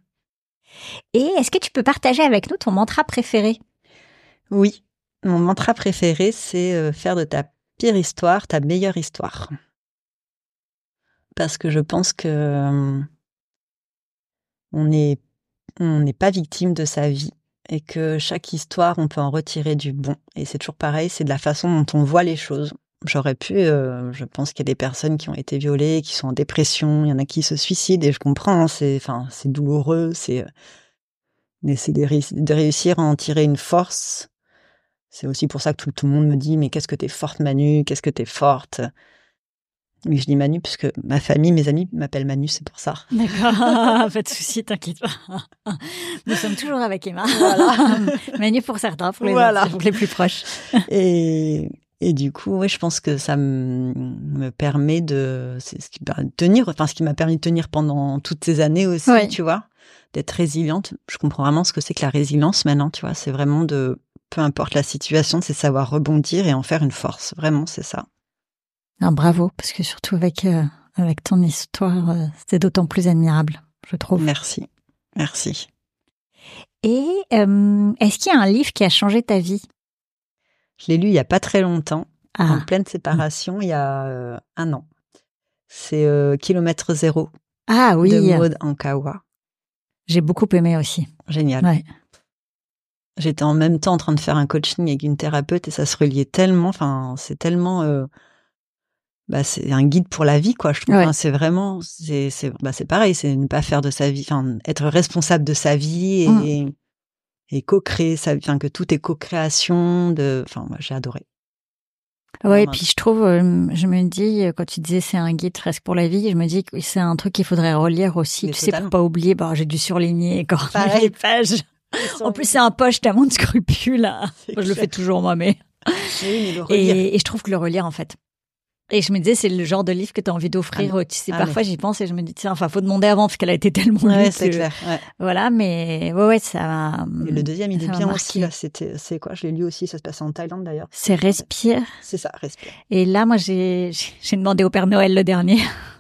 Et est-ce que tu peux partager avec nous ton mantra préféré ? Oui, mon mantra préféré, c'est faire de ta pire histoire ta meilleure histoire. Parce que je pense que on n'est pas victime de sa vie et que chaque histoire, on peut en retirer du bon. Et c'est toujours pareil, c'est de la façon dont on voit les choses. Je pense qu'il y a des personnes qui ont été violées, qui sont en dépression, il y en a qui se suicident, et je comprends, c'est douloureux, mais c'est de réussir à en tirer une force. C'est aussi pour ça que tout le monde me dit, mais qu'est-ce que t'es forte, Manu, qu'est-ce que t'es forte. Mais je dis Manu, puisque ma famille, mes amis m'appellent Manu, c'est pour ça. D'accord, pas de souci, t'inquiète pas. Nous sommes toujours avec Emma. Voilà. Manu pour certains, pour les autres, pour les plus proches. Et Et du coup, ouais, je pense que ça me permet c'est ce qui permet de tenir, enfin, ce qui m'a permis de tenir pendant toutes ces années aussi, Ouais. tu vois, d'être résiliente. Je comprends vraiment ce que c'est que la résilience maintenant, tu vois. C'est vraiment peu importe la situation, c'est savoir rebondir et en faire une force. Vraiment, c'est ça. Ah, bravo, parce que surtout avec ton histoire, c'est d'autant plus admirable, je trouve. Merci. Merci. Et est-ce qu'il y a un livre qui a changé ta vie? Je l'ai lu il y a pas très longtemps, en Ah, pleine séparation, il y a 1 an. C'est Kilomètre Zéro ah oui, de Maud Ankawa. j'ai beaucoup aimé aussi. Génial. Ouais. J'étais en même temps en train de faire un coaching avec une thérapeute et ça se reliait tellement, enfin, c'est tellement, c'est un guide pour la vie, quoi, je trouve. Ouais. Enfin, c'est vraiment, c'est pareil, c'est ne pas faire de sa vie, enfin, être responsable de sa vie et co-créer sa vie, enfin, que tout est co-création enfin, moi, j'ai adoré. Ouais, et puis je trouve, je me dis, quand tu disais c'est un guide presque pour la vie, je me dis que c'est un truc qu'il faudrait relire aussi, Mais tu sais, pour pas oublier, j'ai dû surligner quand Pareil. les pages. En plus, c'est un poche tellement de scrupules, là. Moi, je le fais toujours, moi, mais... Mais le relire. Et je trouve que le relire, en fait. Et je me disais, c'est le genre de livre que tu as envie d'offrir. Tu sais, parfois, j'y pense et je me dis, tiens, faut demander avant, parce qu'elle a été tellement lue. Ouais, c'est clair. Ouais. Voilà, mais ouais, ça m'a... Et le deuxième, il est bien marqué. aussi, là. C'est quoi? Je l'ai lu aussi, ça se passe en Thaïlande, d'ailleurs. C'est Respire. C'est ça, Respire. Et là, moi, j'ai demandé au Père Noël le dernier.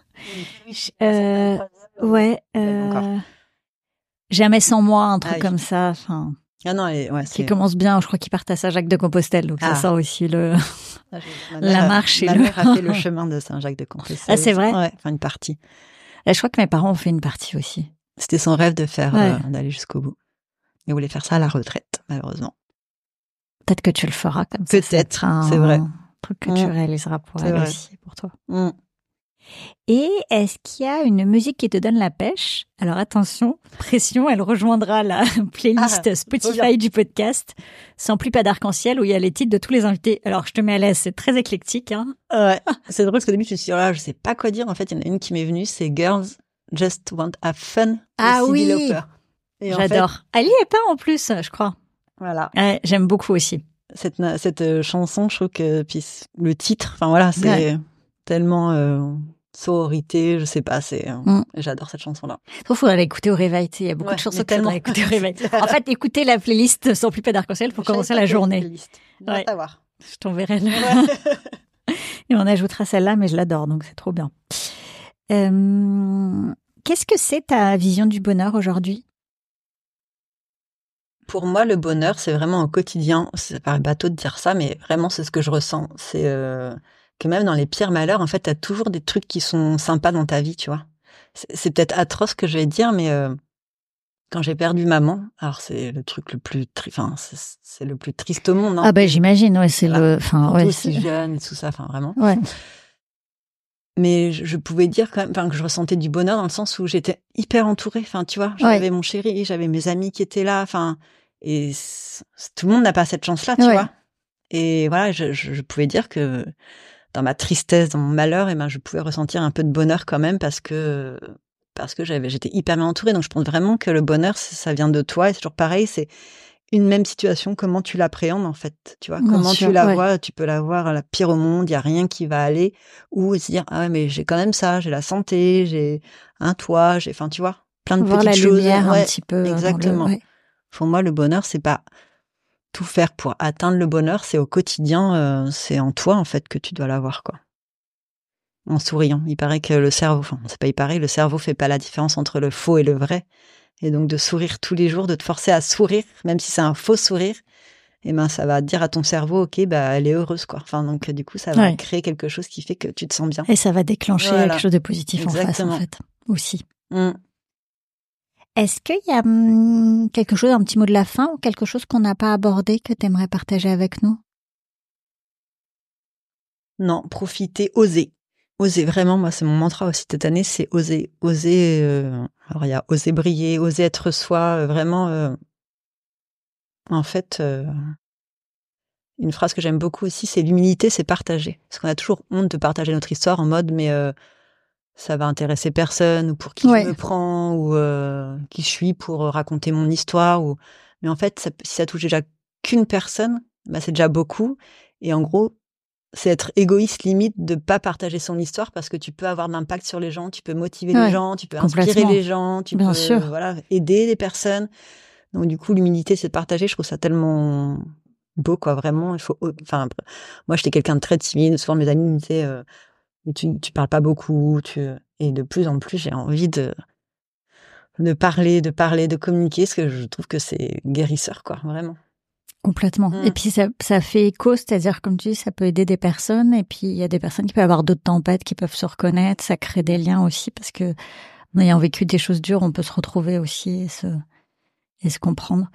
Ouais. Jamais sans moi, un truc comme ça. Enfin. Ah non, qui commence bien. Je crois qu'ils partent à Saint-Jacques-de-Compostelle, donc ça sort aussi la marche. Ma mère a fait le chemin de Saint-Jacques-de-Compostelle. Ah, c'est vrai? Ouais, enfin une partie. Et je crois que mes parents ont fait une partie aussi. C'était son rêve de faire, d'aller jusqu'au bout. Il voulait faire ça à la retraite, malheureusement. Peut-être que tu le feras comme ça. Peut-être, c'est vrai. Un truc que tu réaliseras pour elle aussi, pour toi. Et est-ce qu'il y a une musique qui te donne la pêche? Alors attention, pression, elle rejoindra la playlist Spotify du podcast, Sans plus pas d'arc-en-ciel, où il y a les titres de tous les invités. Alors je te mets à l'aise, c'est très éclectique. Hein. Ouais, c'est drôle parce qu'au début je me suis dit, je sais pas quoi dire. En fait, il y en a une qui m'est venue, c'est Girls Just Want to Have Fun. Ah oui, j'adore. Elle y est pas en plus, je crois. Voilà. Ouais, j'aime beaucoup aussi. Cette chanson, je trouve que puis le titre, enfin voilà, c'est tellement sororité, je sais pas, j'adore cette chanson-là. Je trouve qu'il faudrait l'écouter au réveil, tu sais, il y a beaucoup de chansons qu'il faudrait écouter au réveil. En fait, écouter la playlist Sans plus pas d'arc-en-ciel pour commencer la journée. Savoir. Je t'enverrai Et on ajoutera celle-là, mais je l'adore, donc c'est trop bien. Qu'est-ce que c'est ta vision du bonheur aujourd'hui? Pour moi, le bonheur, c'est vraiment au quotidien. Ça paraît bateau de dire ça, mais vraiment, c'est ce que je ressens. C'est que même dans les pires malheurs, en fait, t'as toujours des trucs qui sont sympas dans ta vie, tu vois. C'est peut-être atroce ce que je vais dire, mais quand j'ai perdu maman, alors c'est le truc le plus c'est le plus triste au monde. Hein. Ah ben j'imagine, ouais, c'est aussi jeune et tout ça, enfin vraiment. Ouais. Mais je pouvais dire quand même, que je ressentais du bonheur dans le sens où j'étais hyper entourée. Enfin, tu vois, j'avais mon chéri, j'avais mes amis qui étaient là. Enfin, et tout le monde n'a pas cette chance-là, tu vois. Et voilà, je pouvais dire que dans ma tristesse, dans mon malheur, je pouvais ressentir un peu de bonheur quand même parce que j'étais hyper bien entourée. Donc je pense vraiment que le bonheur, ça vient de toi. Et c'est toujours pareil, c'est une même situation, comment tu l'appréhendes en fait, tu vois, comment tu la vois, tu peux la voir la pire au monde, il y a rien qui va aller, ou se dire ah ouais mais j'ai quand même ça, j'ai la santé, j'ai un toit, enfin tu vois, plein de petites choses, lumière, un petit peu exactement. Pour moi le bonheur c'est pas tout faire pour atteindre le bonheur, c'est au quotidien, c'est en toi en fait que tu dois l'avoir quoi. En souriant, il paraît que le cerveau, le cerveau fait pas la différence entre le faux et le vrai. Et donc de sourire tous les jours, de te forcer à sourire, même si c'est un faux sourire, ça va dire à ton cerveau, ok, elle est heureuse, quoi. Enfin, donc du coup, ça va créer quelque chose qui fait que tu te sens bien. Et ça va déclencher quelque chose de positif en face, en fait, aussi. Est-ce qu'il y a quelque chose, un petit mot de la fin, ou quelque chose qu'on n'a pas abordé que tu aimerais partager avec nous? Non, profiter, oser. Oser, vraiment, moi, c'est mon mantra aussi cette année, c'est oser. Alors, il y a oser briller, oser être soi, vraiment. En fait, une phrase que j'aime beaucoup aussi, c'est l'humilité, c'est partager. Parce qu'on a toujours honte de partager notre histoire en mode, mais ça va intéresser personne, ou pour qui je me prends, ou qui je suis pour raconter mon histoire. Mais en fait, si ça touche déjà qu'une personne, c'est déjà beaucoup. Et en gros, c'est être égoïste limite de pas partager son histoire parce que tu peux avoir de l'impact sur les gens, tu peux motiver les gens, tu peux inspirer les gens, tu peux aider les personnes. Donc du coup, l'humilité, c'est de partager. Je trouve ça tellement beau, quoi. Vraiment, il faut. Enfin, moi, j'étais quelqu'un de très timide. Souvent, mes amis me disaient, tu parles pas beaucoup. Et de plus en plus, j'ai envie de parler, de communiquer, parce que je trouve que c'est guérisseur, quoi. Vraiment. Complètement. Et puis ça fait écho, c'est-à-dire comme tu dis, ça peut aider des personnes, et puis il y a des personnes qui peuvent avoir d'autres tempêtes, qui peuvent se reconnaître, ça crée des liens aussi, parce que en ayant vécu des choses dures, on peut se retrouver aussi et se comprendre.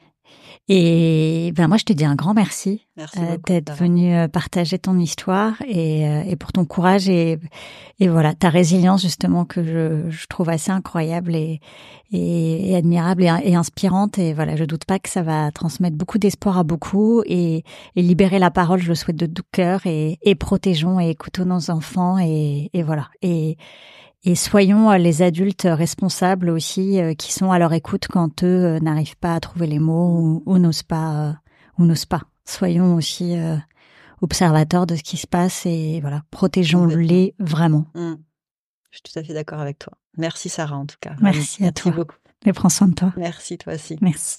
Et moi, je te dis un grand merci, d'être venu partager ton histoire et pour ton courage et voilà ta résilience justement que je trouve assez incroyable et admirable et inspirante. Et voilà, je doute pas que ça va transmettre beaucoup d'espoir à beaucoup et libérer la parole. Je le souhaite de tout cœur et protégeons et écoutons nos enfants et voilà et soyons les adultes responsables aussi qui sont à leur écoute quand eux n'arrivent pas à trouver les mots ou n'osent pas. Soyons aussi observateurs de ce qui se passe et voilà, protégeons-les vraiment. Je suis tout à fait d'accord avec toi. Merci Sarah en tout cas. Merci à toi. Merci beaucoup. Et prends soin de toi. Merci toi aussi. Merci.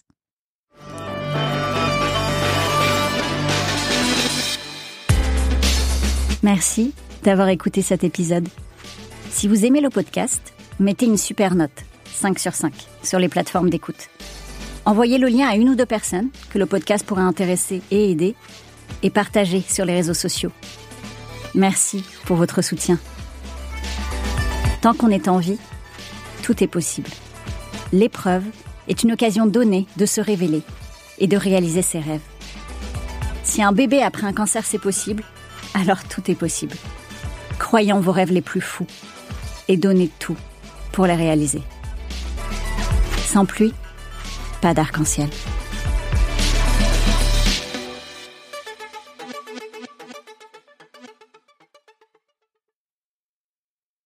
Merci d'avoir écouté cet épisode. Si vous aimez le podcast, mettez une super note, 5 sur 5, sur les plateformes d'écoute. Envoyez le lien à 1 ou 2 personnes que le podcast pourrait intéresser et aider, et partagez sur les réseaux sociaux. Merci pour votre soutien. Tant qu'on est en vie, tout est possible. L'épreuve est une occasion donnée de se révéler et de réaliser ses rêves. Si un bébé après un cancer c'est possible, alors tout est possible. Croyez en vos rêves les plus fous et donnez tout pour les réaliser. Sans pluie, pas d'arc-en-ciel.